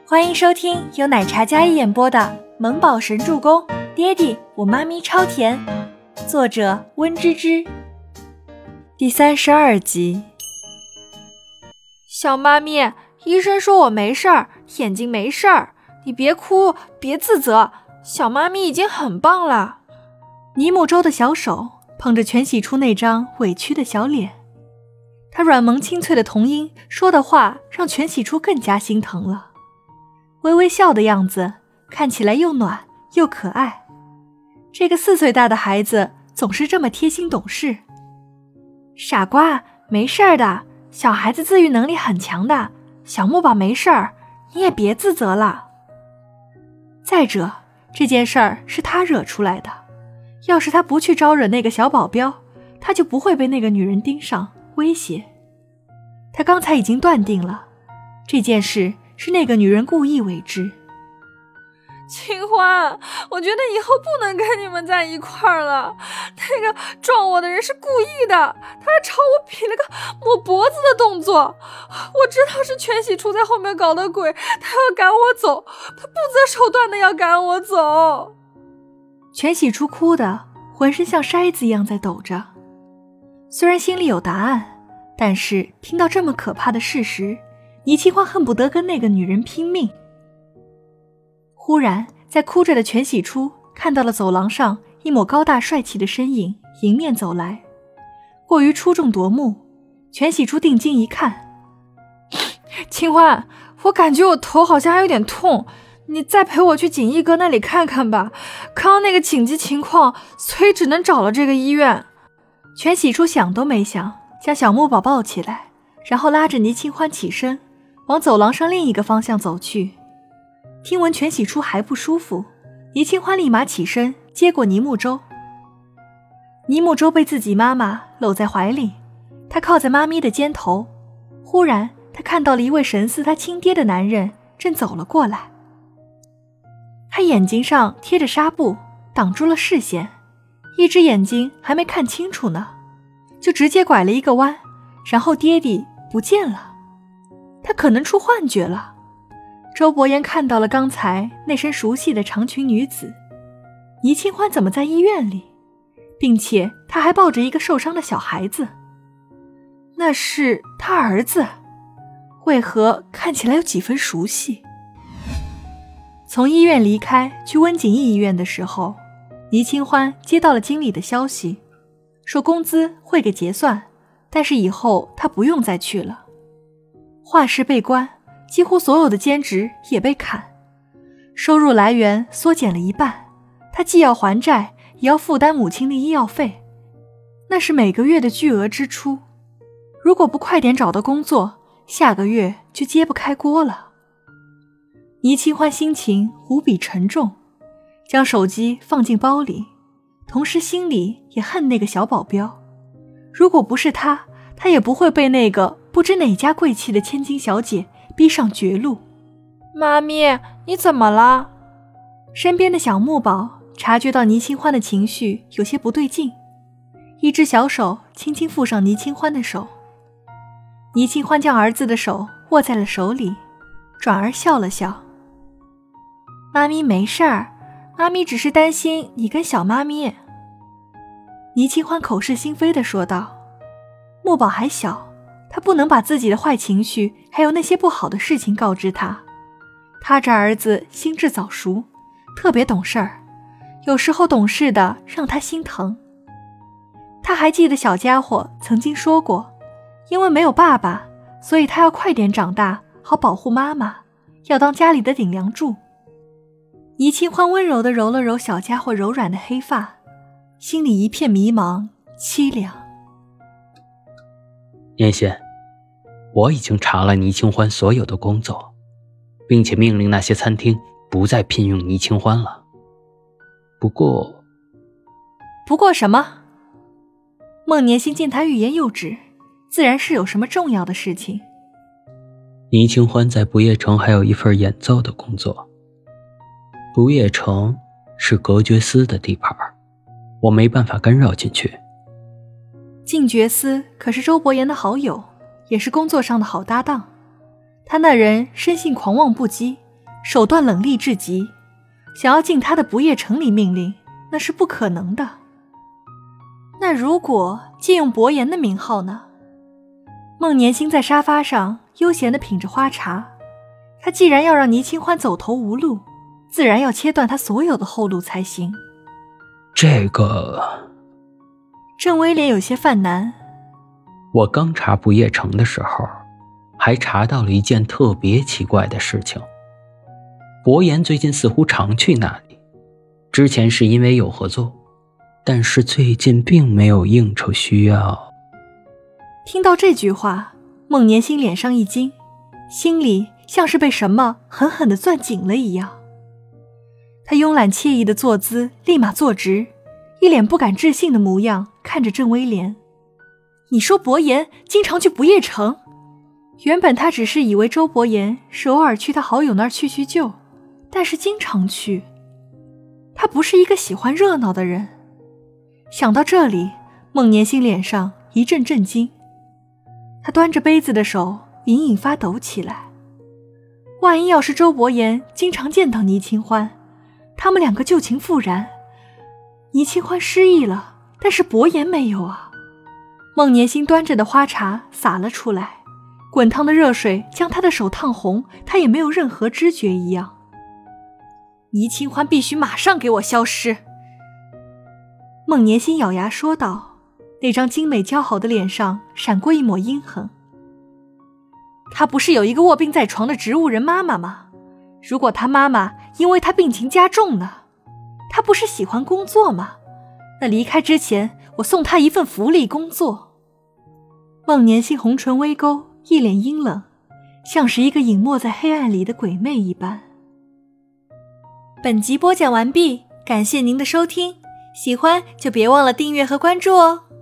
欢迎收听由奶茶嘉一演播的《萌宝神助攻》，爹地我妈咪超甜，作者温芝芝。第32集。 小妈咪，医生说我没事儿，眼睛没事儿，你别哭，别自责，小妈咪已经很棒了。 尼木舟的小手捧着全喜初那张委屈的小脸，他软萌清脆的童音说的话让全喜初更加心疼了。微微笑的样子看起来又暖又可爱，这个4岁大的孩子总是这么贴心懂事。 傻瓜，没事儿的，小孩子自愈能力很强的，小木宝没事儿，你也别自责了。 再者，这件事儿是他惹出来的，要是他不去招惹那个小保镖，他就不会被那个女人盯上威胁。他刚才已经断定了，这件事是那个女人故意为之。 清欢，我觉得以后不能跟你们在一块儿了。那个撞我的人是故意的，他还朝我比了个摸脖子的动作。我知道是全喜初在后面搞的鬼，他要赶我走，他不择手段的要赶我走。 全喜初哭的浑身像筛子一样在抖着，虽然心里有答案，但是听到这么可怕的事实，倪清欢恨不得跟那个女人拼命。忽然在哭着的全喜初看到了走廊上一抹高大帅气的身影迎面走来，过于出众夺目，全喜初定睛一看， 清欢，我感觉我头好像还有点痛，你再陪我去锦衣哥那里看看吧，刚刚那个紧急情况，所以只能找了这个医院。 全喜初想都没想，将小木宝抱起来，然后拉着倪清欢起身，往走廊上另一个方向走去。听闻全喜初还不舒服，倪清欢立马起身接过倪木舟。倪木舟被自己妈妈搂在怀里，他靠在妈咪的肩头，忽然他看到了一位神似他亲爹的男人正走了过来。他眼睛上贴着纱布挡住了视线，一只眼睛还没看清楚呢，就直接拐了一个弯，然后爹地不见了。他可能出幻觉了。周伯言看到了刚才那身熟悉的长裙女子，倪清欢怎么在医院里，并且他还抱着一个受伤的小孩子，那是他儿子，为何看起来有几分熟悉？从医院离开去温景逸医院的时候，倪清欢接到了经理的消息，说工资会给结算，但是以后他不用再去了。画室被关，几乎所有的兼职也被砍，收入来源缩减了一半，他既要还债，也要负担母亲的医药费，那是每个月的巨额支出。如果不快点找到工作，下个月就揭不开锅了。倪清欢心情无比沉重，将手机放进包里，同时心里也恨那个小保镖。如果不是他，他也不会被那个不知哪家贵气的千金小姐逼上绝路。 妈咪，你怎么了？ 身边的小木宝察觉到倪清欢的情绪有些不对劲，一只小手轻轻附上倪清欢的手。倪清欢将儿子的手握在了手里，转而笑了笑。妈咪没事儿，妈咪只是担心你跟小妈咪。倪清欢口是心非地说道。木宝还小，他不能把自己的坏情绪还有那些不好的事情告知他。他这儿子心智早熟，特别懂事儿，有时候懂事的让他心疼。他还记得小家伙曾经说过，因为没有爸爸，所以他要快点长大，好保护妈妈，要当家里的顶梁柱。倪清欢温柔地揉了揉小家伙柔软的黑发，心里一片迷茫凄凉。 年贤，我已经查了倪清欢所有的工作，并且命令那些餐厅不再聘用倪清欢了。不过什么？孟年星见他欲言又止，自然是有什么重要的事情。 倪清欢在不夜城还有一份演奏的工作，不夜城是隔绝司的地盘，我没办法干扰进去。 静觉司可是周伯言的好友，也是工作上的好搭档。他那人生性狂妄不羁， 手段冷厉至极，想要进他的不夜城里命令，那是不可能的。那如果借用伯言的名号呢？孟年星在沙发上悠闲地品着花茶，他既然要让倪清欢走投无路，自然要切断他所有的后路才行。 这个…… 郑威廉有些犯难。 我刚查不夜城的时候，还查到了一件特别奇怪的事情。伯言最近似乎常去那里，之前是因为有合作，但是最近并没有应酬需要。 听到这句话，孟年星脸上一惊，心里像是被什么狠狠地攥紧了一样。他慵懒惬意的坐姿立马坐直，一脸不敢置信的模样看着郑威廉。你说伯言经常去不夜城？原本他只是以为周伯言是偶尔去他好友那儿叙叙旧，但是经常去，他不是一个喜欢热闹的人。想到这里，孟年星脸上一阵震惊，他端着杯子的手隐隐发抖起来。万一要是周伯言经常见到倪清欢，他们两个旧情复燃，倪清欢失忆了，但是伯言没有啊。孟年星端着的花茶洒了出来，滚烫的热水将他的手烫红，他也没有任何知觉一样。倪清欢必须马上给我消失。孟年星咬牙说道，那张精美姣好的脸上闪过一抹阴狠。她不是有一个卧病在床的植物人妈妈吗？如果她妈妈因为她病情加重呢？她不是喜欢工作吗？那离开之前，我送她一份福利工作。孟年星红唇微勾，一脸阴冷，像是一个隐没在黑暗里的鬼魅一般。本集播讲完毕，感谢您的收听，喜欢就别忘了订阅和关注哦。